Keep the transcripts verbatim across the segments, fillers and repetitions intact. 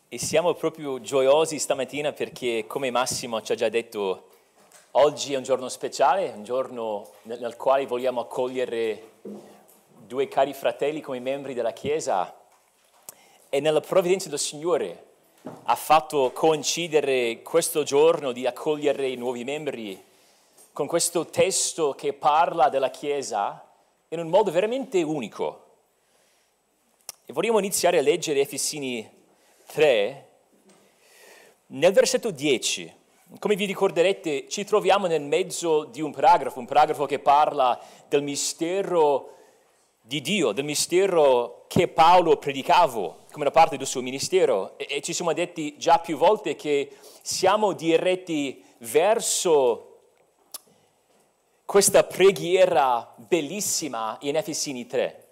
E siamo proprio gioiosi stamattina perché, come Massimo ci ha già detto, oggi è un giorno speciale, un giorno nel, nel quale vogliamo accogliere due cari fratelli come membri della Chiesa, e nella provvidenza del Signore ha fatto coincidere questo giorno di accogliere i nuovi membri con questo testo che parla della Chiesa in un modo veramente unico. E vogliamo iniziare a leggere Efesini tre, nel versetto dieci. Come vi ricorderete, ci troviamo nel mezzo di un paragrafo, un paragrafo che parla del mistero di Dio, del mistero che Paolo predicava come una parte del suo ministero. E, e ci siamo detti già più volte che siamo diretti verso questa preghiera bellissima in Efesini tre.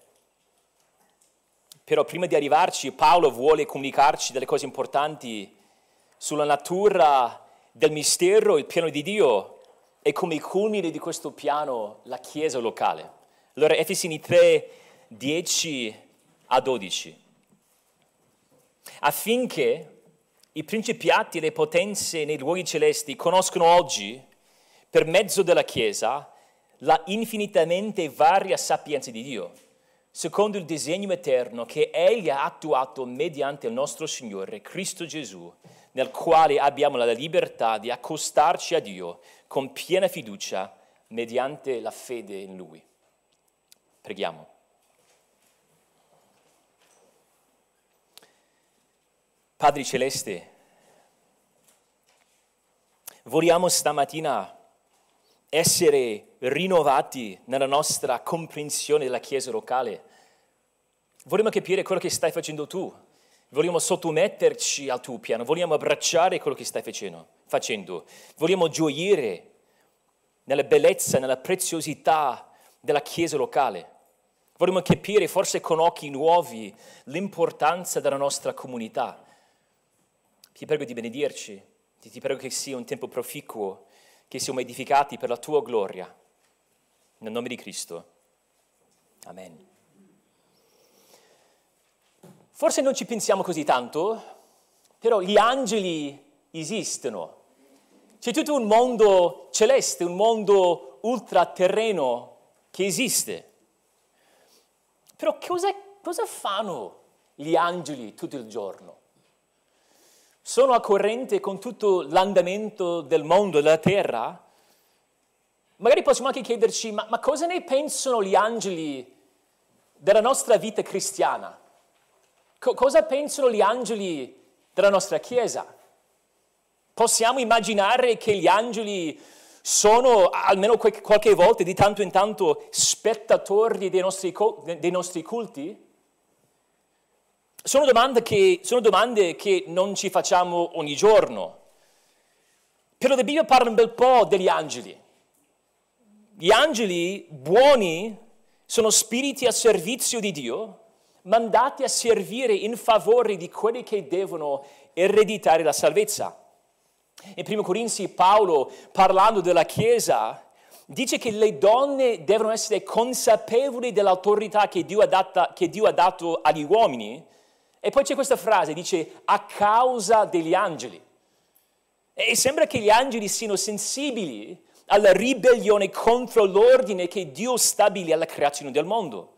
Però prima di arrivarci, Paolo vuole comunicarci delle cose importanti sulla natura del mistero, il piano di Dio, e come culmine di questo piano la Chiesa locale. Allora, Efesini tre, dieci a dodici. Affinché i principiati e le potenze nei luoghi celesti conoscano oggi, per mezzo della Chiesa, la infinitamente varia sapienza di Dio, secondo il disegno eterno che Egli ha attuato mediante il nostro Signore, Cristo Gesù, nel quale abbiamo la libertà di accostarci a Dio con piena fiducia mediante la fede in Lui. Preghiamo. Padre Celeste, vogliamo stamattina essere rinnovati nella nostra comprensione della Chiesa locale. Vogliamo capire quello che stai facendo tu. Vogliamo sottometterci al tuo piano. Vogliamo abbracciare quello che stai facendo. facendo. Vogliamo gioire nella bellezza, nella preziosità della Chiesa locale. Vogliamo capire, forse con occhi nuovi, l'importanza della nostra comunità. Ti prego di benedirci. Ti prego che sia un tempo proficuo, che siamo edificati per la tua gloria. Nel nome di Cristo. Amen. Forse non ci pensiamo così tanto, però gli angeli esistono. C'è tutto un mondo celeste, un mondo ultraterreno che esiste. Però cosa, cosa fanno gli angeli tutto il giorno? Sono a corrente con tutto l'andamento del mondo, della terra? Magari possiamo anche chiederci, ma, ma cosa ne pensano gli angeli della nostra vita cristiana? Co- cosa pensano gli angeli della nostra Chiesa? Possiamo immaginare che gli angeli sono, almeno qualche volta, di tanto in tanto, spettatori dei nostri, dei nostri culti? Sono domande, che, sono domande che non ci facciamo ogni giorno. Però la Bibbia parla un bel po' degli angeli. Gli angeli buoni sono spiriti a servizio di Dio, mandati a servire in favore di quelli che devono ereditare la salvezza. In primo Corinzi Paolo, parlando della Chiesa, dice che le donne devono essere consapevoli dell'autorità che Dio ha, data, che Dio ha dato agli uomini. E poi c'è questa frase, dice, a causa degli angeli. E sembra che gli angeli siano sensibili alla ribellione contro l'ordine che Dio stabilì alla creazione del mondo.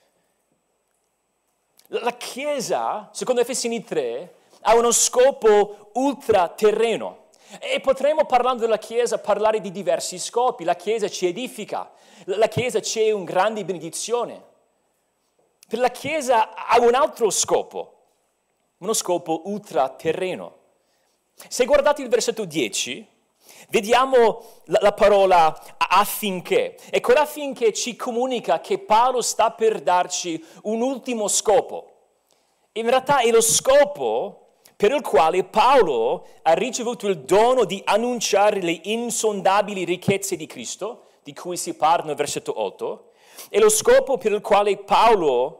La Chiesa, secondo Efesini tre, ha uno scopo ultraterreno. E potremmo, parlando della Chiesa, parlare di diversi scopi. La Chiesa ci edifica, la Chiesa c'è una grande benedizione. Per la Chiesa ha un altro scopo, uno scopo ultraterreno. Se guardate il versetto dieci, vediamo la, la parola affinché. E quell'affinché ci comunica che Paolo sta per darci un ultimo scopo. In realtà è lo scopo per il quale Paolo ha ricevuto il dono di annunciare le insondabili ricchezze di Cristo, di cui si parla nel versetto otto, è lo scopo per il quale Paolo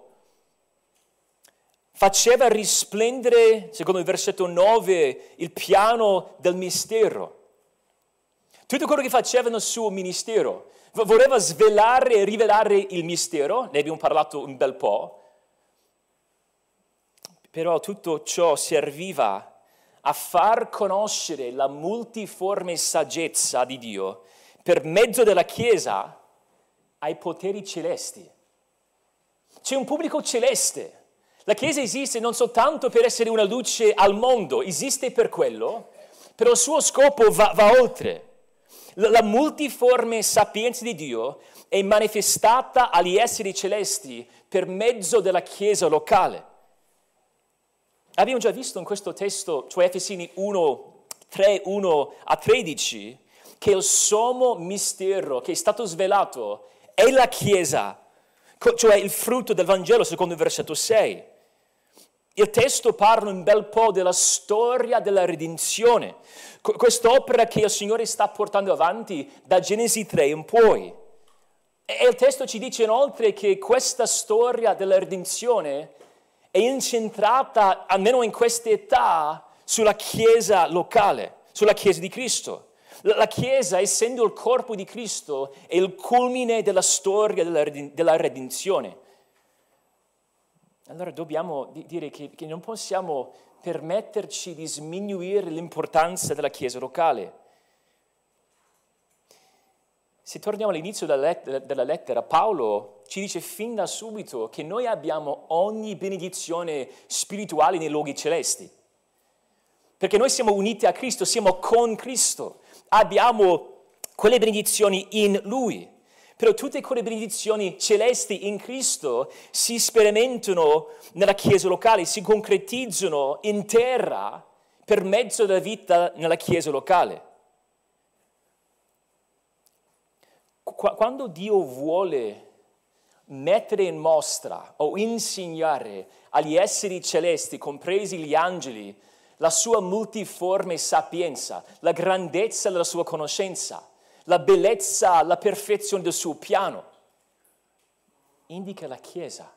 faceva risplendere, secondo il versetto nove, il piano del mistero. Tutto quello che faceva nel suo ministero, voleva svelare e rivelare il mistero, ne abbiamo parlato un bel po', Però tutto ciò serviva a far conoscere la multiforme saggezza di Dio per mezzo della Chiesa ai poteri celesti. C'è un pubblico celeste. La Chiesa esiste non soltanto per essere una luce al mondo, esiste per quello, però il suo scopo va, va oltre. La, la multiforme sapienza di Dio è manifestata agli esseri celesti per mezzo della Chiesa locale. Abbiamo già visto in questo testo, cioè Efesini uno, tre, uno a tredici, che il sommo mistero che è stato svelato è la Chiesa, cioè il frutto del Vangelo secondo il versetto sei. Il testo parla un bel po' della storia della redenzione, quest'opera che il Signore sta portando avanti da Genesi tre in poi. E il testo ci dice inoltre che questa storia della redenzione è incentrata, almeno in questa età, sulla Chiesa locale, sulla Chiesa di Cristo. La Chiesa, essendo il corpo di Cristo, è il culmine della storia della redenzione. Allora dobbiamo dire che, che non possiamo permetterci di sminuire l'importanza della Chiesa locale. Se torniamo all'inizio della lettera, della lettera, Paolo ci dice fin da subito che noi abbiamo ogni benedizione spirituale nei luoghi celesti. Perché noi siamo uniti a Cristo, siamo con Cristo, abbiamo quelle benedizioni in Lui. Però tutte quelle benedizioni celesti in Cristo si sperimentano nella Chiesa locale, si concretizzano in terra per mezzo della vita nella Chiesa locale. Quando Dio vuole mettere in mostra o insegnare agli esseri celesti, compresi gli angeli, la sua multiforme sapienza, la grandezza della sua conoscenza, la bellezza, la perfezione del suo piano, indica la Chiesa.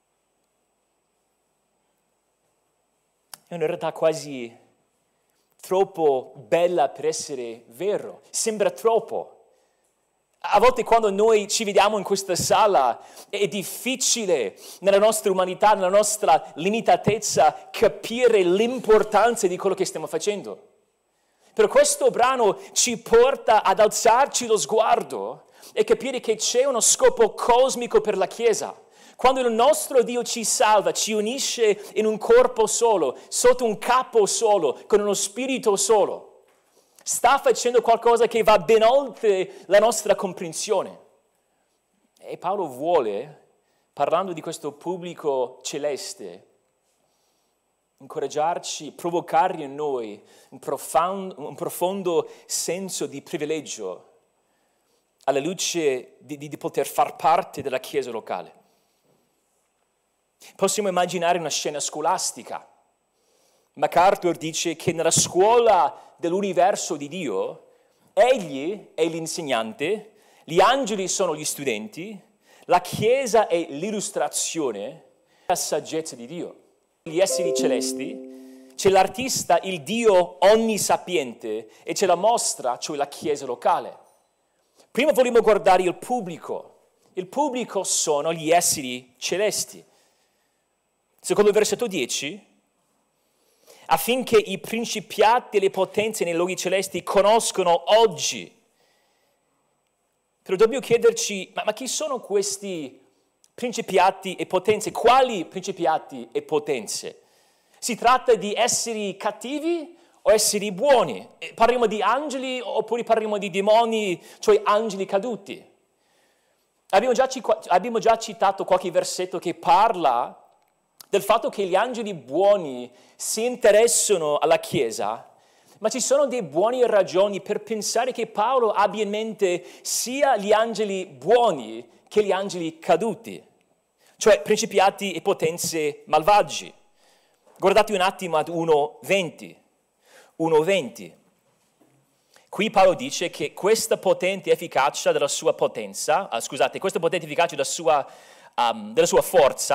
È una realtà quasi troppo bella per essere vero, sembra troppo. A volte quando noi ci vediamo in questa sala è difficile nella nostra umanità, nella nostra limitatezza, capire l'importanza di quello che stiamo facendo. Però questo brano ci porta ad alzarci lo sguardo e capire che c'è uno scopo cosmico per la Chiesa. Quando il nostro Dio ci salva, ci unisce in un corpo solo, sotto un capo solo, con uno spirito solo, sta facendo qualcosa che va ben oltre la nostra comprensione. E Paolo vuole, parlando di questo pubblico celeste, incoraggiarci, provocare in noi un profondo, un profondo senso di privilegio alla luce di, di, di poter far parte della Chiesa locale. Possiamo immaginare una scena scolastica. MacArthur dice che nella scuola dell'universo di Dio, egli è l'insegnante, gli angeli sono gli studenti, la Chiesa è l'illustrazione della saggezza di Dio. Gli esseri celesti, c'è l'artista, il Dio onnisapiente, e c'è la mostra, cioè la Chiesa locale. Prima vogliamo guardare il pubblico. Il pubblico sono gli esseri celesti. Secondo il versetto dieci, affinché i principiati e le potenze nei luoghi celesti conoscono oggi. Però dobbiamo chiederci, ma, ma chi sono questi principiati e potenze? Quali principiati e potenze? Si tratta di esseri cattivi o esseri buoni? Parliamo di angeli oppure parliamo di demoni, cioè angeli caduti? Abbiamo già, abbiamo già citato qualche versetto che parla del fatto che gli angeli buoni si interessano alla Chiesa, ma ci sono delle buone ragioni per pensare che Paolo abbia in mente sia gli angeli buoni che gli angeli caduti, cioè principiati e potenze malvagi. Guardate un attimo ad uno venti. uno venti. Qui Paolo dice che questa potente efficacia della sua potenza, ah, scusate, questa potente efficacia della sua, um, della sua forza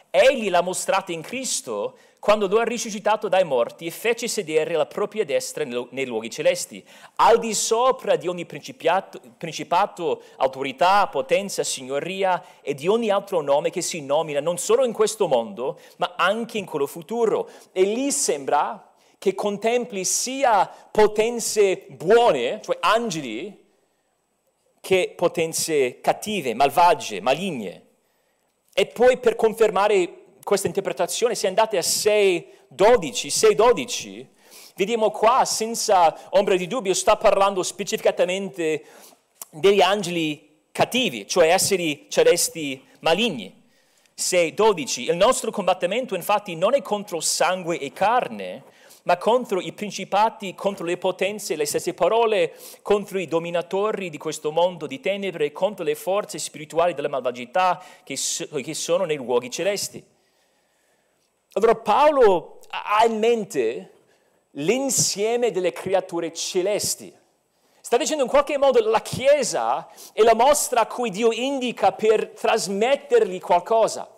Egli l'ha mostrata in Cristo quando lo ha risuscitato dai morti e fece sedere alla propria destra nei luoghi celesti, al di sopra di ogni principato, principato, autorità, potenza, signoria e di ogni altro nome che si nomina non solo in questo mondo, ma anche in quello futuro. E lì sembra che contempli sia potenze buone, cioè angeli, che potenze cattive, malvagie, maligne. E poi per confermare questa interpretazione, se andate a sei dodici, sei dodici, vediamo qua, senza ombra di dubbio, sta parlando specificatamente degli angeli cattivi, cioè esseri celesti maligni. sei dodici, il nostro combattimento infatti non è contro sangue e carne, ma contro i principati, contro le potenze, le stesse parole, contro i dominatori di questo mondo di tenebre, contro le forze spirituali della malvagità che, che sono nei luoghi celesti. Allora Paolo ha in mente l'insieme delle creature celesti. Sta dicendo in qualche modo la Chiesa è la mostra a cui Dio indica per trasmettergli qualcosa.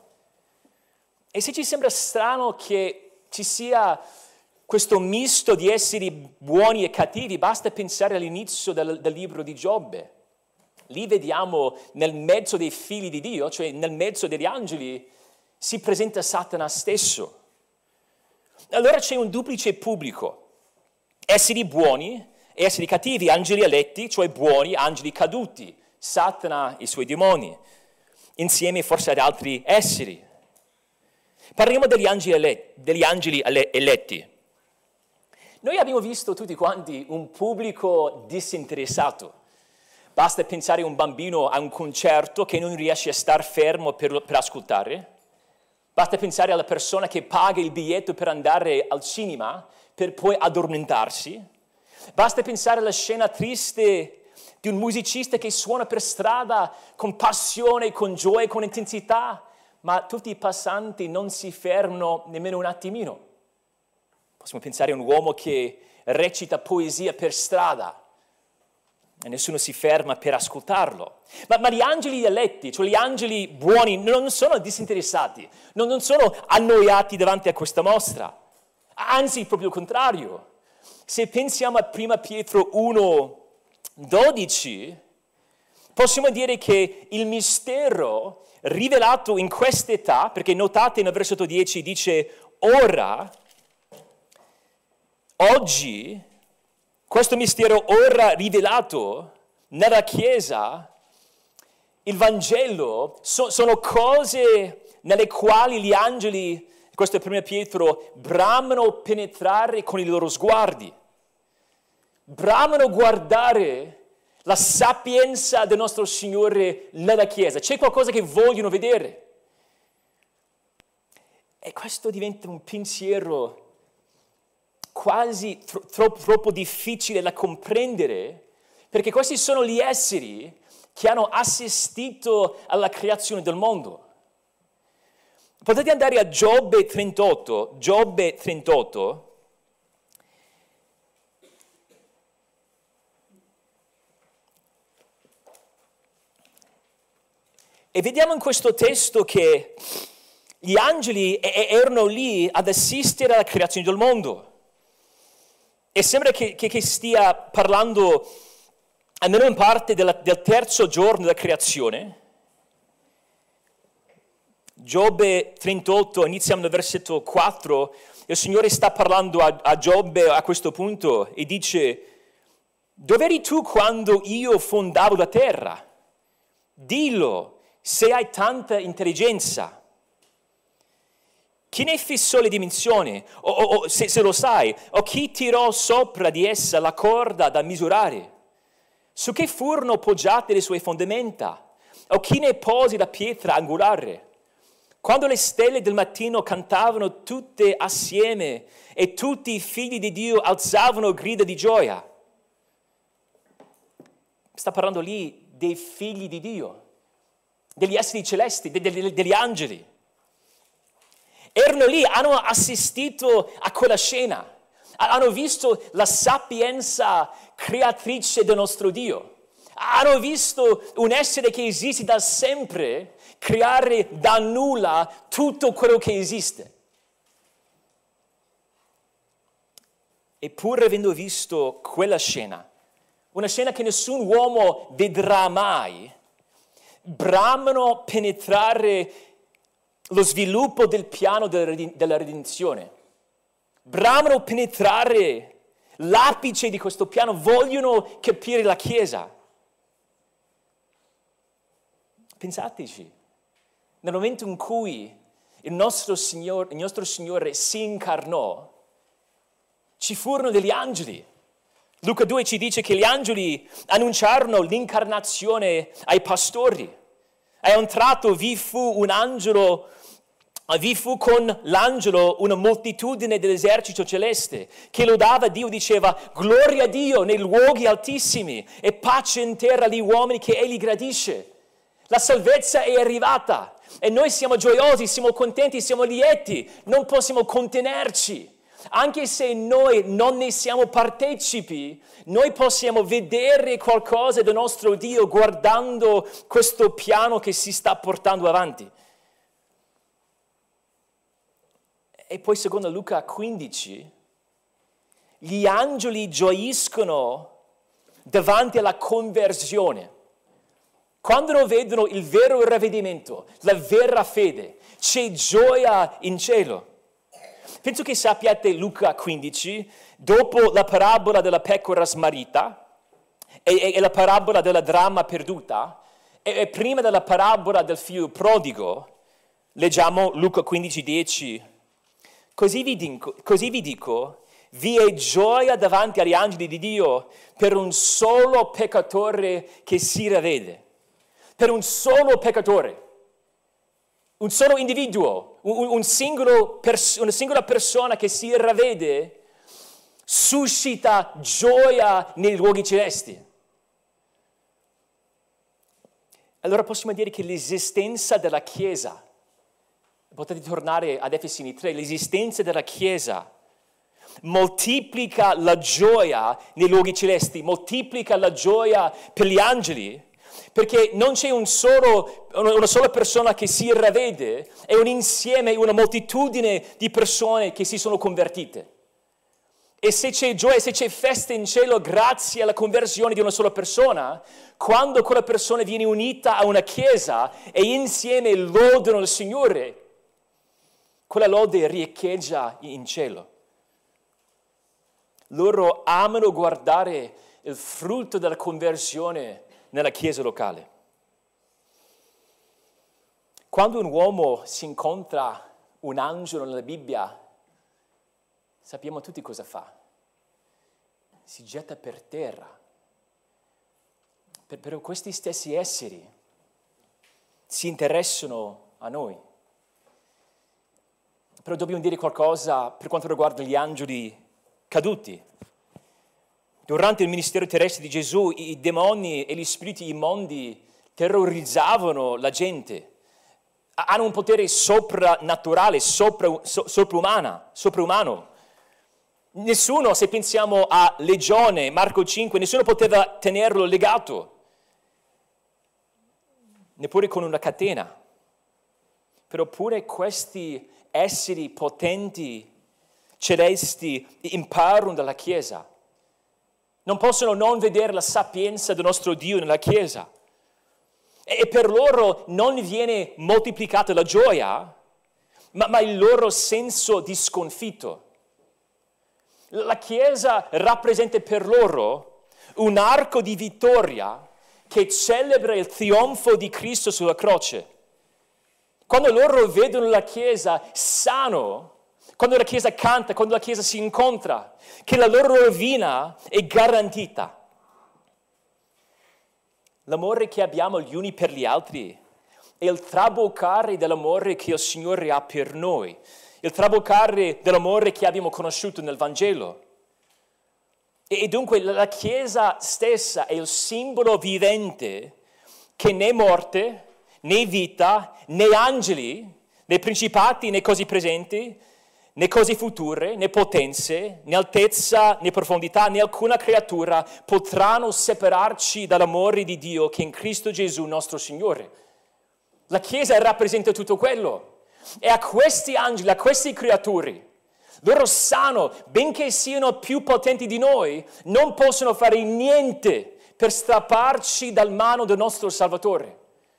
E se ci sembra strano che ci sia questo misto di esseri buoni e cattivi, basta pensare all'inizio del, del libro di Giobbe. Lì vediamo nel mezzo dei figli di Dio, cioè nel mezzo degli angeli, si presenta Satana stesso. Allora c'è un duplice pubblico, esseri buoni e esseri cattivi, angeli eletti, cioè buoni, angeli caduti, Satana e i suoi demoni, insieme forse ad altri esseri. Parliamo degli angeli eletti. Degli angeli eletti. Noi abbiamo visto tutti quanti un pubblico disinteressato. Basta pensare a un bambino a un concerto che non riesce a star fermo per, per ascoltare. Basta pensare alla persona che paga il biglietto per andare al cinema per poi addormentarsi. Basta pensare alla scena triste di un musicista che suona per strada con passione, con gioia, con intensità, ma tutti i passanti non si fermano nemmeno un attimino. Possiamo pensare a un uomo che recita poesia per strada e nessuno si ferma per ascoltarlo. Ma, ma gli angeli eletti, cioè gli angeli buoni, non sono disinteressati, non, non sono annoiati davanti a questa mostra. Anzi, proprio il contrario. Se pensiamo a prima Pietro uno dodici, possiamo dire che il mistero rivelato in quest'età, perché notate nel versetto dieci dice ora, oggi, questo mistero ora rivelato nella Chiesa, il Vangelo, so, sono cose nelle quali gli angeli, questo è primo Pietro, bramano penetrare con i loro sguardi, bramano guardare la sapienza del nostro Signore nella Chiesa. C'è qualcosa che vogliono vedere. E questo diventa un pensiero quasi tro- tro- troppo difficile da comprendere, perché questi sono gli esseri che hanno assistito alla creazione del mondo. Potete andare a Giobbe trentotto, Giobbe trentotto, e vediamo in questo testo che gli angeli erano lì ad assistere alla creazione del mondo. E sembra che, che, che stia parlando, almeno in parte, della, del terzo giorno della creazione. Giobbe trentotto, iniziamo dal versetto quattro, il Signore sta parlando a, a Giobbe a questo punto e dice: dov'eri tu quando io fondavo la terra? Dillo, se hai tanta intelligenza. Chi ne fissò le dimensioni, o, o, o se, se lo sai, o chi tirò sopra di essa la corda da misurare? Su che furono poggiate le sue fondamenta? O chi ne pose la pietra angolare? Quando le stelle del mattino cantavano tutte assieme e tutti i figli di Dio alzavano grida di gioia. Sta parlando lì dei figli di Dio, degli esseri celesti, degli, degli angeli. Erano lì, hanno assistito a quella scena, hanno visto la sapienza creatrice del nostro Dio, hanno visto un essere che esiste da sempre, creare da nulla tutto quello che esiste. Eppure, avendo visto quella scena, una scena che nessun uomo vedrà mai, bramano penetrare lo sviluppo del piano della redenzione. Bramano penetrare l'apice di questo piano, vogliono capire la Chiesa. Pensateci, nel momento in cui il nostro Signore, il nostro Signore si incarnò, ci furono degli angeli. Luca due ci dice che gli angeli annunciarono l'incarnazione ai pastori. A un tratto vi fu un angelo, vi fu con l'angelo una moltitudine dell'esercito celeste che lodava Dio, diceva: gloria a Dio nei luoghi altissimi e pace in terra agli uomini che Egli gradisce. La salvezza è arrivata e noi siamo gioiosi, siamo contenti, siamo lieti, non possiamo contenerci. Anche se noi non ne siamo partecipi, noi possiamo vedere qualcosa del nostro Dio guardando questo piano che si sta portando avanti. E poi secondo Luca quindici, gli angeli gioiscono davanti alla conversione. Quando vedono il vero ravvedimento, la vera fede, c'è gioia in cielo. Penso che sappiate Luca quindici, dopo la parabola della pecora smarrita e, e la parabola della dramma perduta, e, e prima della parabola del figlio prodigo, leggiamo Luca quindici dieci. Così vi, dico, così vi dico, vi è gioia davanti agli angeli di Dio per un solo peccatore che si ravvede. Per un solo peccatore. Un solo individuo, un, un singolo pers- una singola persona che si ravvede, suscita gioia nei luoghi celesti. Allora possiamo dire che l'esistenza della Chiesa, potete tornare ad Efesini tre, l'esistenza della Chiesa moltiplica la gioia nei luoghi celesti, moltiplica la gioia per gli angeli, perché non c'è un solo, una sola persona che si ravvede, è un insieme, una moltitudine di persone che si sono convertite. E se c'è gioia, se c'è festa in cielo grazie alla conversione di una sola persona, quando quella persona viene unita a una chiesa e insieme lodano il Signore, quella lode riecheggia in cielo. Loro amano guardare il frutto della conversione nella chiesa locale. Quando un uomo si incontra un angelo nella Bibbia, sappiamo tutti cosa fa. Si getta per terra. Per, però questi stessi esseri si interessano a noi. Però dobbiamo dire qualcosa per quanto riguarda gli angeli caduti. Durante il ministero terrestre di Gesù, i demoni e gli spiriti immondi terrorizzavano la gente. Hanno un potere soprannaturale, sopra, so, sopraumana, sopraumano. Nessuno, se pensiamo a Legione, Marco cinque, nessuno poteva tenerlo legato, neppure con una catena. Però pure questi esseri potenti, celesti, imparano dalla Chiesa. Non possono non vedere la sapienza del nostro Dio nella Chiesa. E per loro non viene moltiplicata la gioia, ma, ma il loro senso di sconfitto. La Chiesa rappresenta per loro un arco di vittoria che celebra il trionfo di Cristo sulla croce. Quando loro vedono la Chiesa sano, quando la Chiesa canta, quando la Chiesa si incontra, che la loro rovina è garantita. L'amore che abbiamo gli uni per gli altri è il traboccare dell'amore che il Signore ha per noi, il traboccare dell'amore che abbiamo conosciuto nel Vangelo. E dunque la Chiesa stessa è il simbolo vivente che né morte, né vita, né angeli, né principati, né cose presenti, né cose future, né potenze, né altezza, né profondità, né alcuna creatura potranno separarci dall'amore di Dio che è in Cristo Gesù nostro Signore. La Chiesa rappresenta tutto quello. E a questi angeli, a queste creature, loro sanno, benché siano più potenti di noi, non possono fare niente per strapparci dal mano del nostro Salvatore.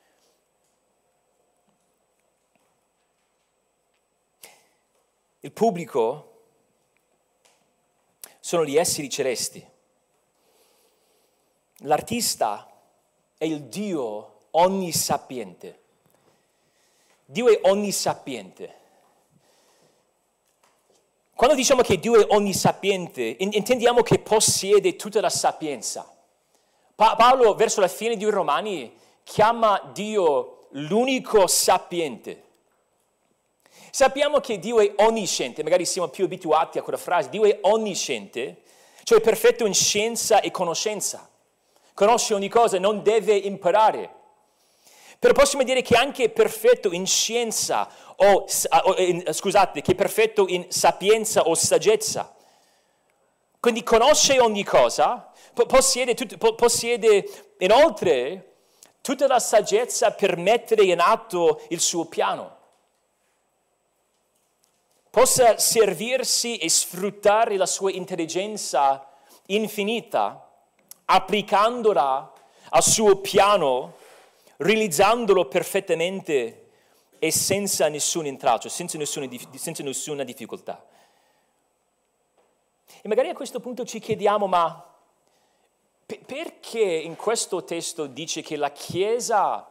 Il pubblico sono gli esseri celesti. L'artista è il Dio onnisapiente. Dio è onnisapiente. Quando diciamo che Dio è onnisapiente, intendiamo che possiede tutta la sapienza. Pa- Paolo, verso la fine di Romani, chiama Dio l'unico sapiente. Sappiamo che Dio è onnisciente, magari siamo più abituati a quella frase. Dio è onnisciente, cioè perfetto in scienza e conoscenza. Conosce ogni cosa, non deve imparare. Però possiamo dire che anche è perfetto in scienza, o, o in, scusate, che è perfetto in sapienza o saggezza. Quindi conosce ogni cosa, possiede, tut, possiede inoltre tutta la saggezza per mettere in atto il suo piano. Possa servirsi e sfruttare la sua intelligenza infinita, applicandola al suo piano, realizzandolo perfettamente e senza nessun intralcio, senza nessuna, senza nessuna difficoltà. E magari a questo punto ci chiediamo, ma perché in questo testo dice che la Chiesa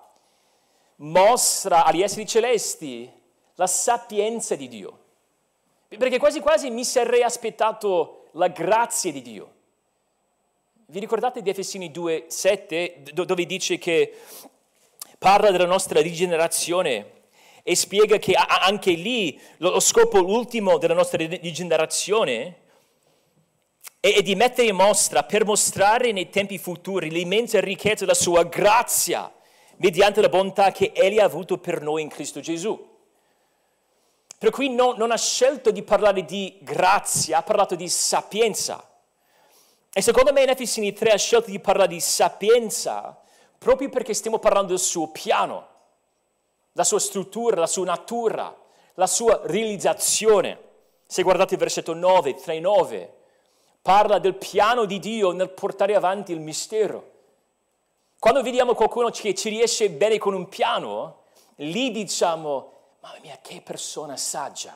mostra agli esseri celesti la sapienza di Dio? Perché quasi quasi mi sarei aspettato la grazia di Dio. Vi ricordate di Efesini due sette, dove dice che parla della nostra rigenerazione e spiega che anche lì lo scopo ultimo della nostra rigenerazione è di mettere in mostra, per mostrare nei tempi futuri l'immensa ricchezza della sua grazia mediante la bontà che Egli ha avuto per noi in Cristo Gesù. Per cui non, non ha scelto di parlare di grazia, ha parlato di sapienza. E secondo me in Efesini tre ha scelto di parlare di sapienza proprio perché stiamo parlando del suo piano, la sua struttura, la sua natura, la sua realizzazione. Se guardate il versetto nove, tre nove, parla del piano di Dio nel portare avanti il mistero. Quando vediamo qualcuno che ci riesce bene con un piano, lì diciamo, mamma mia, che persona saggia.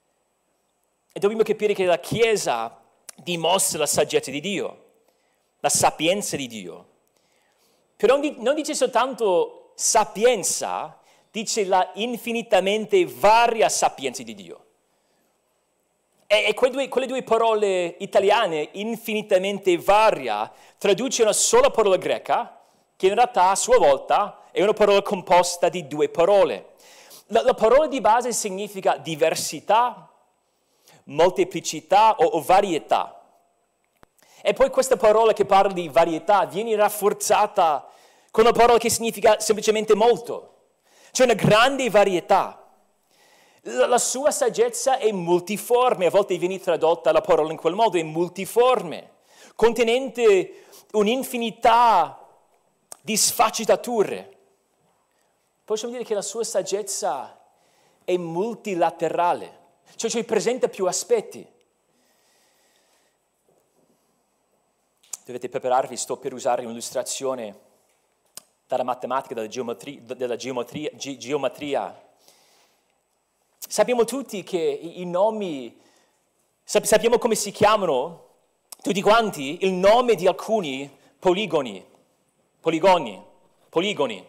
E dobbiamo capire che la Chiesa dimostra la saggezza di Dio, la sapienza di Dio. Però non dice soltanto sapienza, dice la infinitamente varia sapienza di Dio. E, e quelle, due, quelle due parole italiane, infinitamente varia, traduce una sola parola greca, che in realtà a sua volta è una parola composta di due parole. La, la parola di base significa diversità, molteplicità o, o varietà. E poi questa parola che parla di varietà viene rafforzata con una parola che significa semplicemente molto. C'è una grande varietà. La, la sua saggezza è multiforme, a volte viene tradotta la parola in quel modo, è multiforme, contenente un'infinità di sfaccettature. Possiamo dire che la sua saggezza è multilaterale, cioè, cioè presenta più aspetti. Dovete prepararvi, sto per usare un'illustrazione dalla matematica, dalla geometria, della geometria, ge- geometria. Sappiamo tutti che i nomi, sappiamo come si chiamano, tutti quanti, il nome di alcuni poligoni, poligoni, poligoni.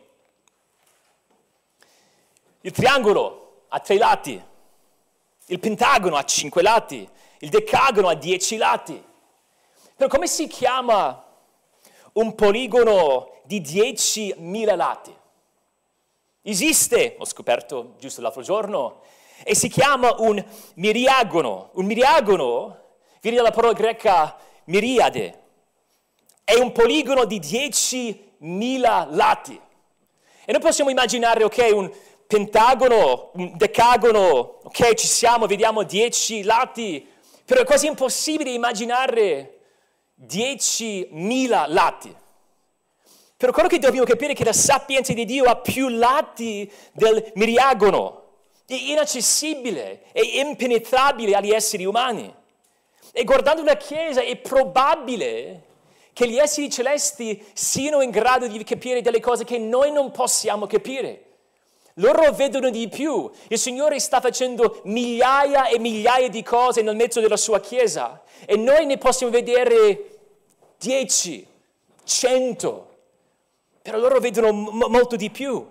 Il triangolo ha tre lati, il pentagono ha cinque lati, il decagono ha dieci lati. Però come si chiama un poligono di diecimila lati? Esiste, ho scoperto giusto l'altro giorno, e si chiama un miriagono. Un miriagono viene dalla parola greca miriade. È un poligono di diecimila lati. E noi possiamo immaginare, ok, un pentagono, un decagono, ok, ci siamo, vediamo dieci lati, però è quasi impossibile immaginare diecimila lati. Però quello che dobbiamo capire è che la sapienza di Dio ha più lati del miriagono, è inaccessibile, è impenetrabile agli esseri umani. E guardando la Chiesa è probabile che gli esseri celesti siano in grado di capire delle cose che noi non possiamo capire. Loro vedono di più. Il Signore sta facendo migliaia e migliaia di cose nel mezzo della sua Chiesa e noi ne possiamo vedere dieci, cento, però loro vedono m- molto di più.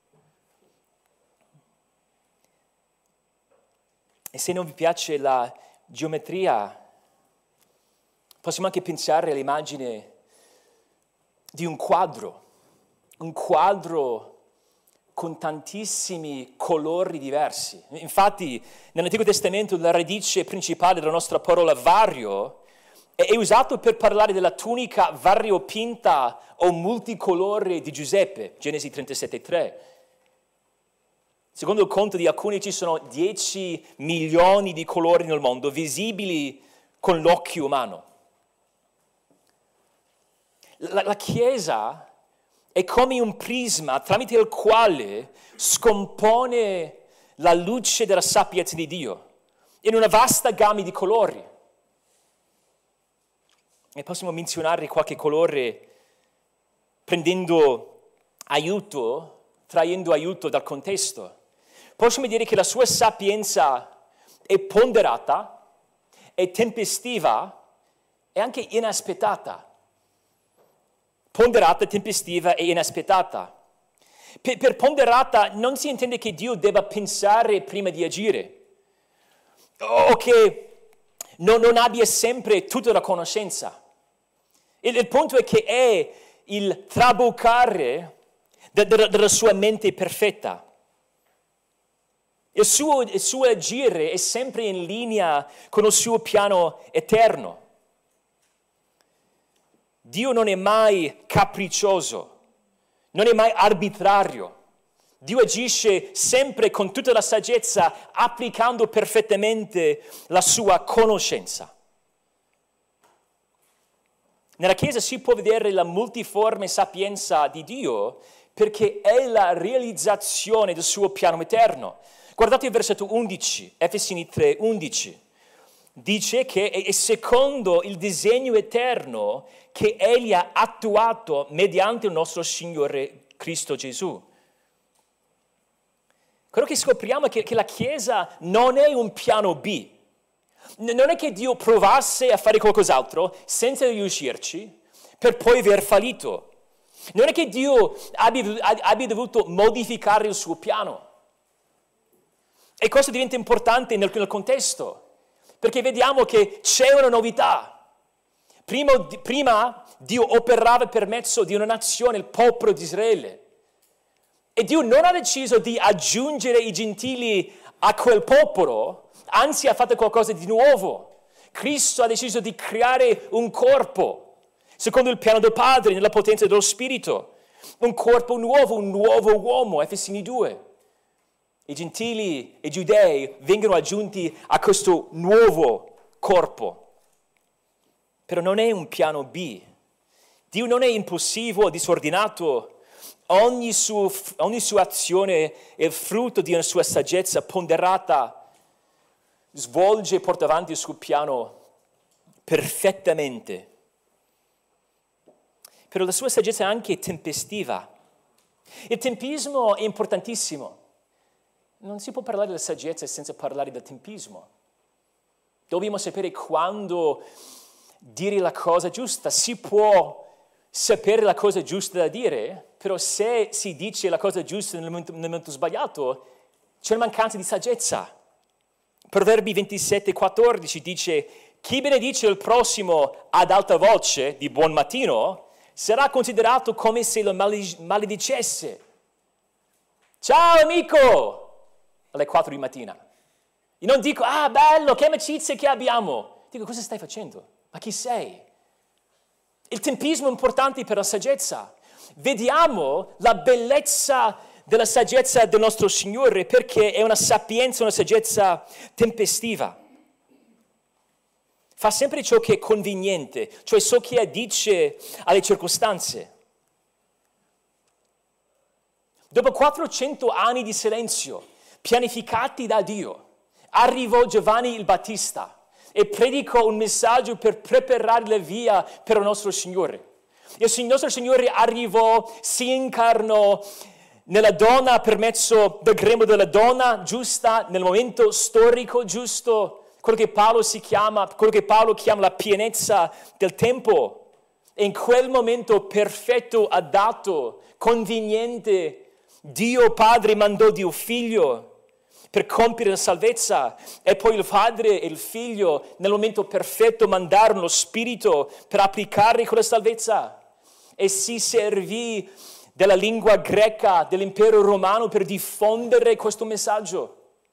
E se non vi piace la geometria, possiamo anche pensare all'immagine di un quadro, un quadro con tantissimi colori diversi. Infatti, nell'Antico Testamento la radice principale della nostra parola vario è usato per parlare della tunica variopinta o multicolore di Giuseppe, Genesi trentasette tre. Secondo il conto di alcuni ci sono dieci milioni di colori nel mondo, visibili con l'occhio umano. La, la Chiesa è come un prisma tramite il quale scompone la luce della sapienza di Dio in una vasta gamma di colori. E possiamo menzionare qualche colore prendendo aiuto, traendo aiuto dal contesto. Possiamo dire che la sua sapienza è ponderata, è tempestiva e anche inaspettata. Ponderata, tempestiva e inaspettata. Per, per ponderata non si intende che Dio debba pensare prima di agire o che non, non abbia sempre tutta la conoscenza. Il, il punto è che è il traboccare de, de, della sua mente perfetta. Il suo, il suo agire è sempre in linea con il suo piano eterno. Dio non è mai capriccioso, non è mai arbitrario. Dio agisce sempre con tutta la saggezza, applicando perfettamente la sua conoscenza. Nella Chiesa si può vedere la multiforme sapienza di Dio perché è la realizzazione del suo piano eterno. Guardate il versetto undici, Efesini tre undici. Dice che è secondo il disegno eterno che Egli ha attuato mediante il nostro Signore Cristo Gesù. Quello che scopriamo è che, che la Chiesa non è un piano B. Non è che Dio provasse a fare qualcos'altro senza riuscirci per poi aver fallito. Non è che Dio abbia, abbia dovuto modificare il suo piano. E questo diventa importante nel, nel contesto. Perché vediamo che c'è una novità. Prima, prima Dio operava per mezzo di una nazione, il popolo di Israele. E Dio non ha deciso di aggiungere i gentili a quel popolo, anzi ha fatto qualcosa di nuovo. Cristo ha deciso di creare un corpo, secondo il piano del Padre, nella potenza dello Spirito. Un corpo nuovo, un nuovo uomo, Efesini due. I gentili e i giudei vengono aggiunti a questo nuovo corpo. Però non è un piano B. Dio non è impulsivo o disordinato. Ogni, suo, ogni sua azione è il frutto di una sua saggezza ponderata. Svolge e porta avanti il suo piano perfettamente. Però la sua saggezza è anche tempestiva. Il tempismo è importantissimo. Non si può parlare della saggezza senza parlare del tempismo. Dobbiamo sapere quando dire la cosa giusta. Si può sapere la cosa giusta da dire, però se si dice la cosa giusta nel momento, nel momento sbagliato, c'è una mancanza di saggezza. Proverbi ventisette quattordici dice: chi benedice il prossimo ad alta voce di buon mattino sarà considerato come se lo maledicesse. Ciao amico! Alle quattro di mattina. Io non dico, ah bello, che amicizie che abbiamo. Dico, cosa stai facendo? Ma chi sei? Il tempismo è importante per la saggezza. Vediamo la bellezza della saggezza del nostro Signore perché è una sapienza, una saggezza tempestiva. Fa sempre ciò che è conveniente, cioè ciò che addice alle circostanze. Dopo quattrocento anni di silenzio, pianificati da Dio, arrivò Giovanni il Battista e predicò un messaggio per preparare la via per il nostro Signore. Il nostro Signore arrivò, si incarnò nella donna per mezzo del grembo della donna giusta, nel momento storico giusto, quello che Paolo si chiama, quello che Paolo chiama la pienezza del tempo. E in quel momento perfetto, adatto, conveniente, Dio Padre mandò Dio Figlio per compiere la salvezza, e poi il Padre e il Figlio nel momento perfetto mandarono lo Spirito per applicare quella salvezza, e si servì della lingua greca dell'impero romano per diffondere questo messaggio.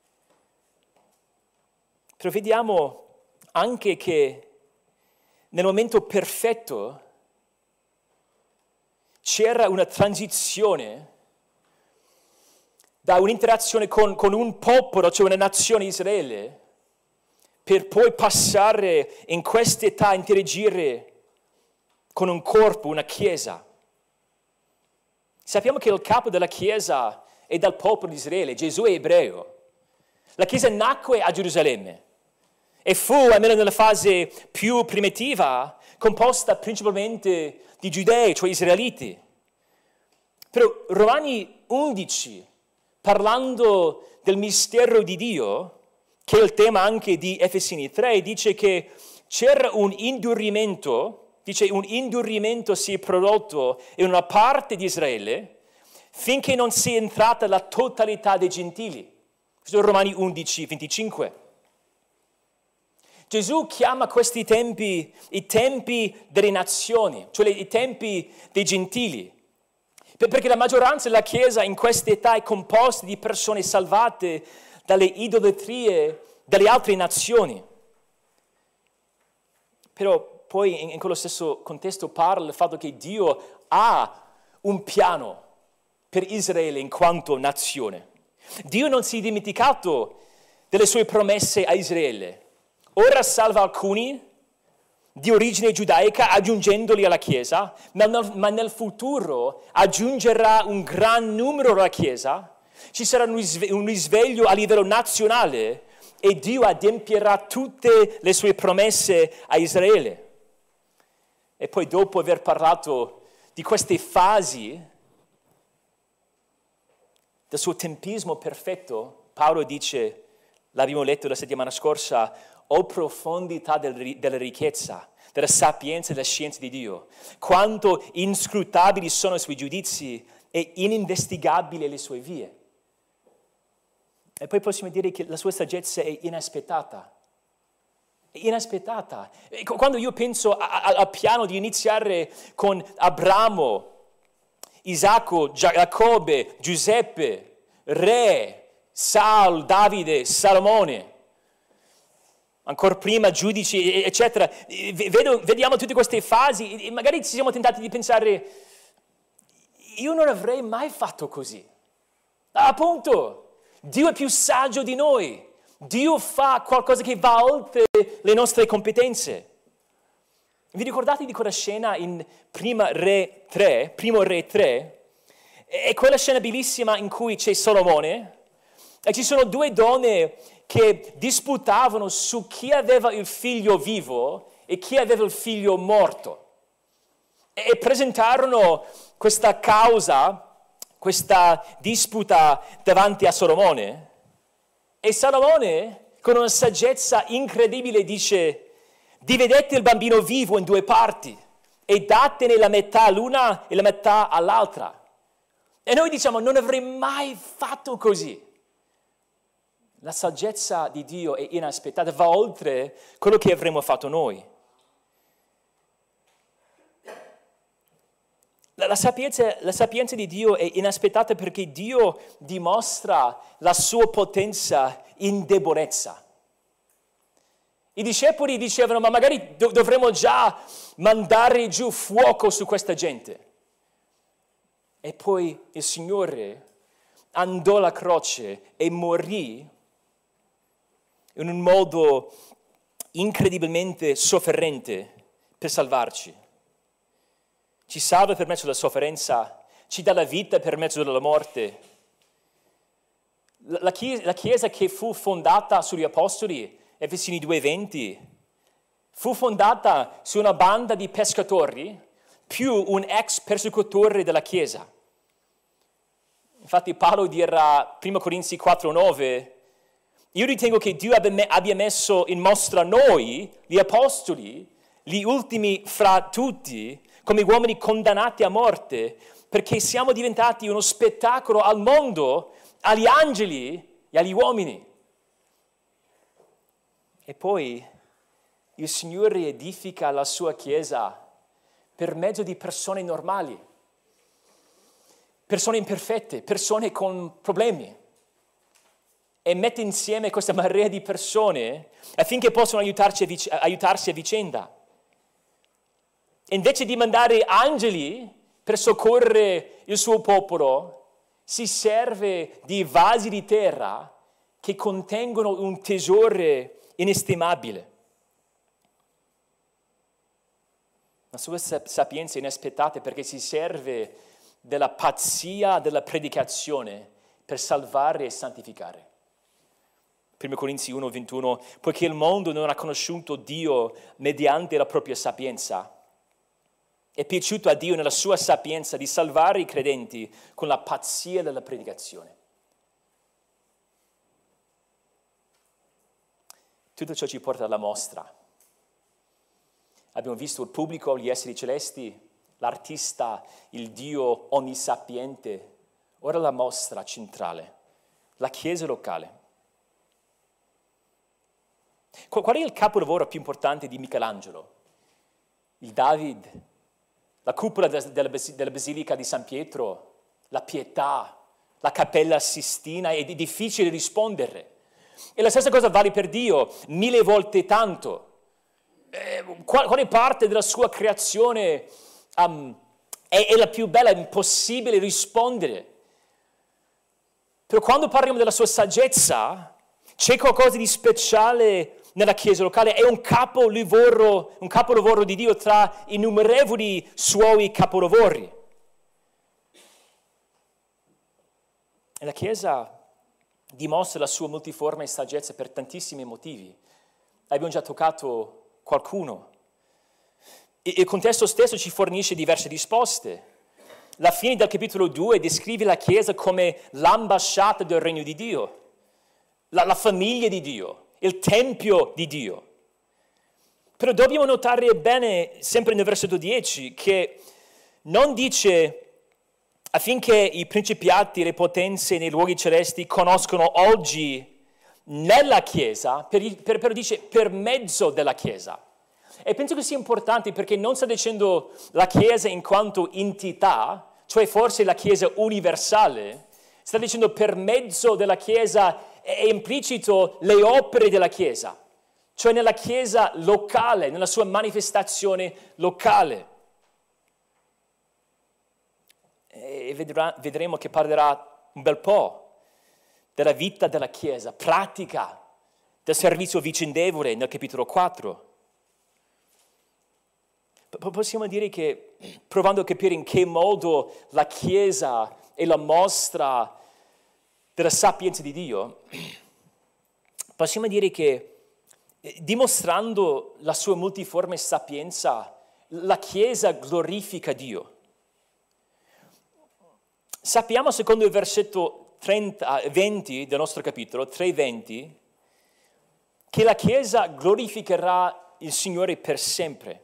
Però vediamo anche che nel momento perfetto c'era una transizione da un'interazione con, con un popolo, cioè una nazione Israele, per poi passare in quest'età a interagire con un corpo, una chiesa. Sappiamo che il capo della chiesa è dal popolo di Israele, Gesù è ebreo. La chiesa nacque a Gerusalemme e fu, almeno nella fase più primitiva, composta principalmente di giudei, cioè israeliti. Però Romani undici, parlando del mistero di Dio, che è il tema anche di Efesini tre, dice che c'era un indurimento, dice un indurimento si è prodotto in una parte di Israele finché non sia entrata la totalità dei gentili. Questo è Romani undici, venticinque. Gesù chiama questi tempi i tempi delle nazioni, cioè i tempi dei gentili, perché la maggioranza della Chiesa in questa età è composta di persone salvate dalle idolatrie delle altre nazioni. Però poi in, in quello stesso contesto parla del fatto che Dio ha un piano per Israele in quanto nazione. Dio non si è dimenticato delle sue promesse a Israele. Ora salva alcuni di origine giudaica aggiungendoli alla Chiesa, ma nel, ma nel futuro aggiungerà un gran numero alla Chiesa. Ci sarà un, risve- un risveglio a livello nazionale e Dio adempierà tutte le sue promesse a Israele. E poi dopo aver parlato di queste fasi del suo tempismo perfetto, Paolo dice, l'abbiamo letto la settimana scorsa, o profondità del, della ricchezza, della sapienza e della scienza di Dio, quanto inscrutabili sono i suoi giudizi e ininvestigabili le sue vie. E poi possiamo dire che la sua saggezza è inaspettata. È inaspettata. Quando io penso a, a, al piano di iniziare con Abramo, Isacco, Giacobbe, Giuseppe, re, Saul, Davide, Salomone, ancora prima giudici, eccetera, Vedo, vediamo tutte queste fasi e magari ci siamo tentati di pensare, io non avrei mai fatto così. Appunto, Dio è più saggio di noi. Dio fa qualcosa che va oltre le nostre competenze. Vi ricordate di quella scena in Prima Re tre, Primo Re tre? È quella scena bellissima in cui c'è Salomone e ci sono due donne che disputavano su chi aveva il figlio vivo e chi aveva il figlio morto. E presentarono questa causa, questa disputa davanti a Salomone. E Salomone, con una saggezza incredibile, dice: dividete il bambino vivo in due parti e datene la metà all'una e la metà all'altra. E noi diciamo, non avrei mai fatto così. La saggezza di Dio è inaspettata, va oltre quello che avremmo fatto noi. La, la, sapienza, la sapienza di Dio è inaspettata perché Dio dimostra la sua potenza in debolezza. I discepoli dicevano, ma magari do- dovremmo già mandare giù fuoco su questa gente. E poi il Signore andò alla croce e morì in un modo incredibilmente sofferente per salvarci. Ci salva per mezzo della sofferenza, ci dà la vita per mezzo della morte. La chiesa, la chiesa che fu fondata sugli apostoli, Efesini due venti, fu fondata su una banda di pescatori più un ex persecutore della chiesa. Infatti Paolo dirà, primo Corinzi quattro nove, io ritengo che Dio abbia messo in mostra noi, gli apostoli, gli ultimi fra tutti, come uomini condannati a morte, perché siamo diventati uno spettacolo al mondo, agli angeli e agli uomini. E poi il Signore edifica la sua Chiesa per mezzo di persone normali, persone imperfette, persone con problemi. E mette insieme questa marea di persone affinché possano aiutarci a vic- aiutarsi a vicenda. Invece di mandare angeli per soccorrere il suo popolo, si serve di vasi di terra che contengono un tesoro inestimabile. La sua sapienza è inaspettata perché si serve della pazzia della predicazione per salvare e santificare. primo Corinzi uno ventuno, poiché il mondo non ha conosciuto Dio mediante la propria sapienza, è piaciuto a Dio nella sua sapienza di salvare i credenti con la pazzia della predicazione. Tutto ciò ci porta alla mostra. Abbiamo visto il pubblico, gli esseri celesti, l'artista, il Dio onnisapiente. Ora la mostra centrale, la chiesa locale. Qual è il capolavoro più importante di Michelangelo? Il David, la cupola della Basilica di San Pietro, la Pietà, la Cappella Sistina? È difficile rispondere. E la stessa cosa vale per Dio, mille volte tanto. Eh, quale parte della sua creazione um, è, è la più bella? È impossibile rispondere. Però quando parliamo della sua saggezza, c'è qualcosa di speciale nella chiesa locale, è un capolavoro, un capolavoro di Dio tra innumerevoli suoi capolavori. E la chiesa dimostra la sua multiforme saggezza per tantissimi motivi. Abbiamo già toccato qualcuno. E il contesto stesso ci fornisce diverse risposte. La fine del capitolo due descrive la chiesa come l'ambasciata del regno di Dio, la, la famiglia di Dio, il tempio di Dio. Però dobbiamo notare bene, sempre nel versetto dieci, che non dice affinché i principiati e le potenze nei luoghi celesti conoscono oggi nella Chiesa, per, per, per, dice per mezzo della Chiesa. E penso che sia importante perché non sta dicendo la Chiesa in quanto entità, cioè forse la Chiesa universale, sta dicendo per mezzo della Chiesa è implicito le opere della Chiesa, cioè nella Chiesa locale, nella sua manifestazione locale. E vedrà, vedremo che parlerà un bel po' della vita della Chiesa, pratica, del servizio vicendevole nel capitolo quattro. P- possiamo dire che, provando a capire in che modo la Chiesa è la mostra della sapienza di Dio, possiamo dire che dimostrando la sua multiforme sapienza, la Chiesa glorifica Dio. Sappiamo, secondo il versetto trenta, venti del nostro capitolo, tre venti, che la Chiesa glorificherà il Signore per sempre.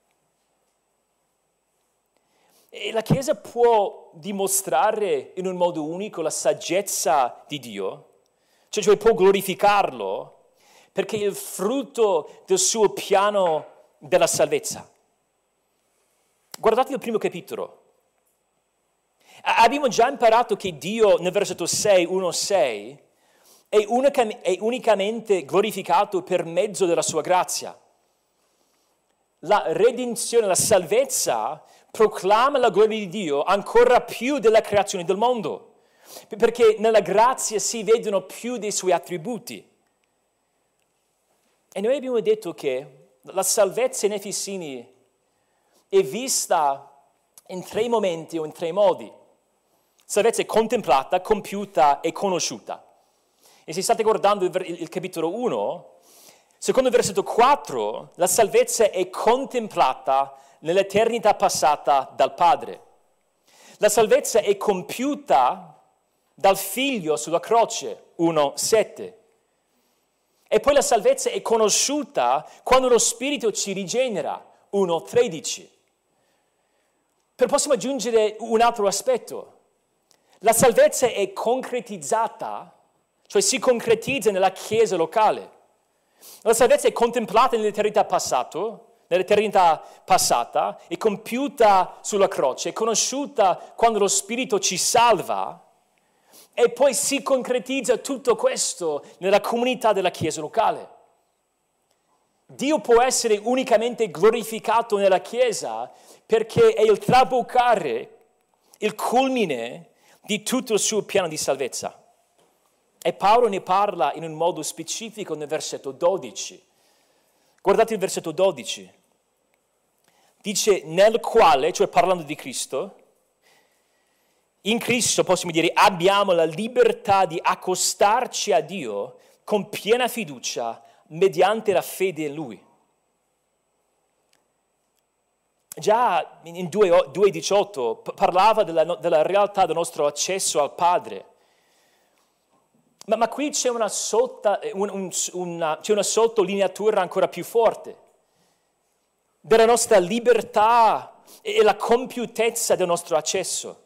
E la Chiesa può dimostrare in un modo unico la saggezza di Dio, cioè, cioè può glorificarlo, perché è il frutto del suo piano della salvezza. Guardate il primo capitolo. Abbiamo già imparato che Dio, nel versetto sei, uno sei, è, unica, è unicamente glorificato per mezzo della sua grazia. La redenzione, la salvezza, proclama la gloria di Dio ancora più della creazione del mondo, perché nella grazia si vedono più dei suoi attributi. E noi abbiamo detto che la salvezza in Efesini è vista in tre momenti o in tre modi. Salvezza è contemplata, compiuta e conosciuta. E se state guardando il, il, il capitolo uno, secondo il versetto quattro, la salvezza è contemplata nell'eternità passata dal Padre. La salvezza è compiuta dal Figlio sulla croce, uno sette. E poi la salvezza è conosciuta quando lo Spirito ci rigenera, uno tredici. Però possiamo aggiungere un altro aspetto. La salvezza è concretizzata, cioè si concretizza nella Chiesa locale. La salvezza è contemplata nell'eternità passata, nell'eternità passata, è compiuta sulla croce, è conosciuta quando lo Spirito ci salva, e poi si concretizza tutto questo nella comunità della Chiesa locale. Dio può essere unicamente glorificato nella Chiesa perché è il traboccare, il culmine di tutto il suo piano di salvezza. E Paolo ne parla in un modo specifico nel versetto dodici. Guardate il versetto dodici. Dice, nel quale, cioè parlando di Cristo, in Cristo possiamo dire abbiamo la libertà di accostarci a Dio con piena fiducia mediante la fede in Lui. Già in due diciotto parlava della, della realtà del nostro accesso al Padre. Ma, ma qui c'è una, sotta, un, un, una, c'è una sottolineatura ancora più forte della nostra libertà e la compiutezza del nostro accesso.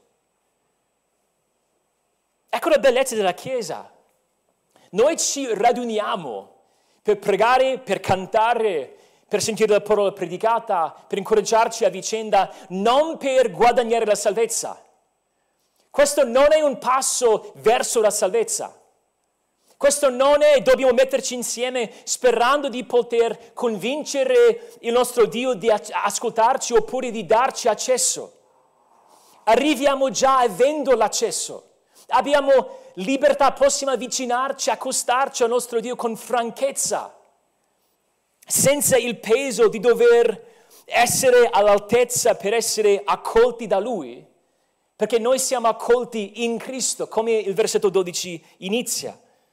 Ecco la bellezza della Chiesa. Noi ci raduniamo per pregare, per cantare, per sentire la parola predicata, per incoraggiarci a vicenda, non per guadagnare la salvezza. Questo non è un passo verso la salvezza. Questo non è, dobbiamo metterci insieme sperando di poter convincere il nostro Dio di ascoltarci oppure di darci accesso. Arriviamo già avendo l'accesso. Abbiamo libertà, possiamo avvicinarci, accostarci al nostro Dio con franchezza, senza il peso di dover essere all'altezza per essere accolti da Lui, perché noi siamo accolti in Cristo, come il versetto dodici inizia.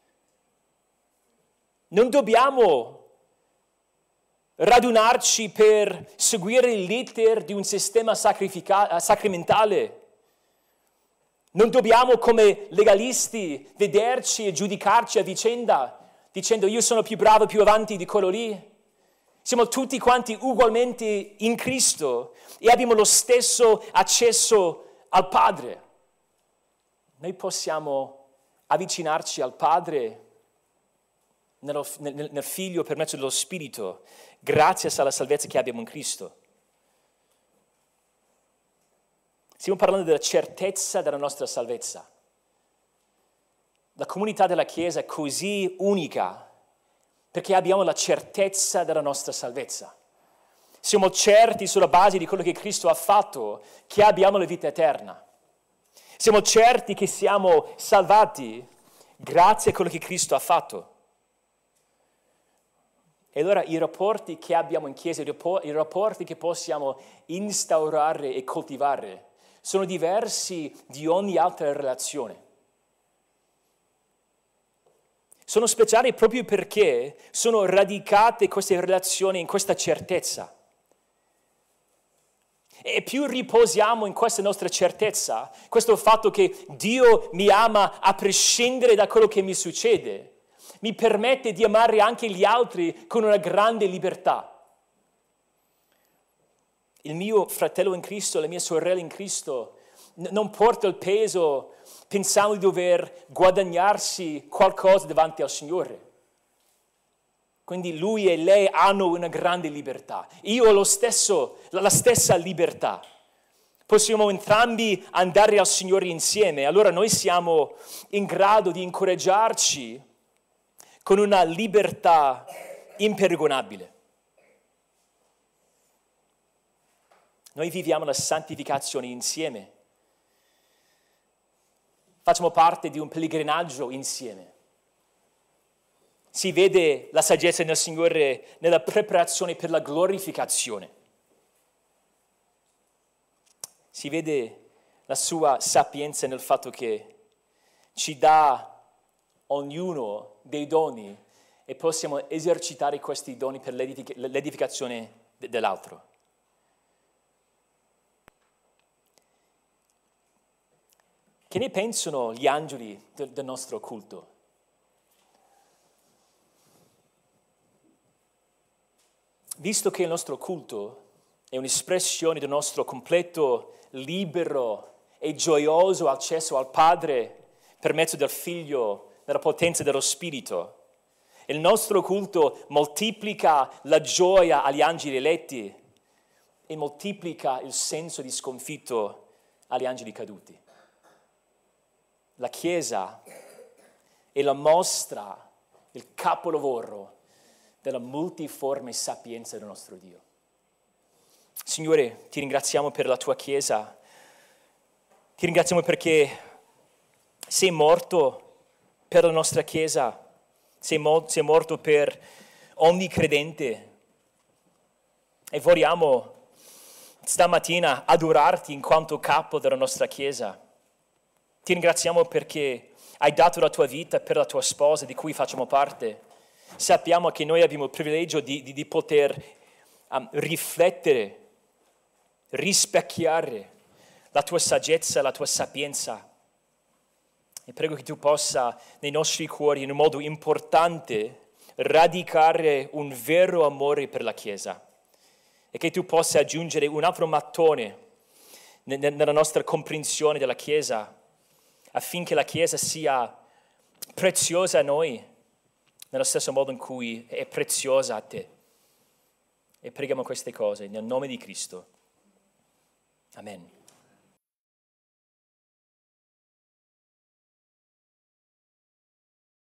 Non dobbiamo radunarci per seguire l'iter di un sistema sacramentale. Non dobbiamo come legalisti vederci e giudicarci a vicenda, dicendo io sono più bravo, più avanti di quello lì. Siamo tutti quanti ugualmente in Cristo e abbiamo lo stesso accesso al Padre. Noi possiamo avvicinarci al Padre nello, nel, nel Figlio per mezzo dello Spirito, grazie alla salvezza che abbiamo in Cristo. Stiamo parlando della certezza della nostra salvezza. La comunità della Chiesa è così unica perché abbiamo la certezza della nostra salvezza. Siamo certi sulla base di quello che Cristo ha fatto che abbiamo la vita eterna. Siamo certi che siamo salvati grazie a quello che Cristo ha fatto. E allora i rapporti che abbiamo in Chiesa, i rapporti che possiamo instaurare e coltivare sono diversi di ogni altra relazione. Sono speciali proprio perché sono radicate queste relazioni in questa certezza. E più riposiamo in questa nostra certezza, questo fatto che Dio mi ama a prescindere da quello che mi succede, mi permette di amare anche gli altri con una grande libertà. Il mio fratello in Cristo, la mia sorella in Cristo, n- non porta il peso pensando di dover guadagnarsi qualcosa davanti al Signore. Quindi lui e lei hanno una grande libertà. Io ho lo stesso, la stessa libertà. Possiamo entrambi andare al Signore insieme. Allora noi siamo in grado di incoraggiarci con una libertà imperagonabile. Noi viviamo la santificazione insieme. Facciamo parte di un pellegrinaggio insieme. Si vede la saggezza del Signore nella preparazione per la glorificazione. Si vede la sua sapienza nel fatto che ci dà ognuno dei doni e possiamo esercitare questi doni per l'edific- l'edificazione de- dell'altro. Che ne pensano gli angeli del, del nostro culto? Visto che il nostro culto è un'espressione del nostro completo, libero e gioioso accesso al Padre per mezzo del Figlio, nella potenza dello Spirito, il nostro culto moltiplica la gioia agli angeli eletti e moltiplica il senso di sconfitto agli angeli caduti. La Chiesa è la mostra, il capolavoro della multiforme sapienza del nostro Dio. Signore, ti ringraziamo per la tua Chiesa, ti ringraziamo perché sei morto per la nostra Chiesa, sei, mo- sei morto per ogni credente e vogliamo stamattina adorarti in quanto capo della nostra Chiesa. Ti ringraziamo perché hai dato la tua vita per la tua sposa di cui facciamo parte. Sappiamo che noi abbiamo il privilegio di, di, di poter um, riflettere, rispecchiare la tua saggezza, la tua sapienza. E prego che tu possa nei nostri cuori in un modo importante radicare un vero amore per la Chiesa e che tu possa aggiungere un altro mattone nella nostra comprensione della Chiesa affinché la Chiesa sia preziosa a noi nello stesso modo in cui è preziosa a te. E preghiamo queste cose nel nome di Cristo. Amen.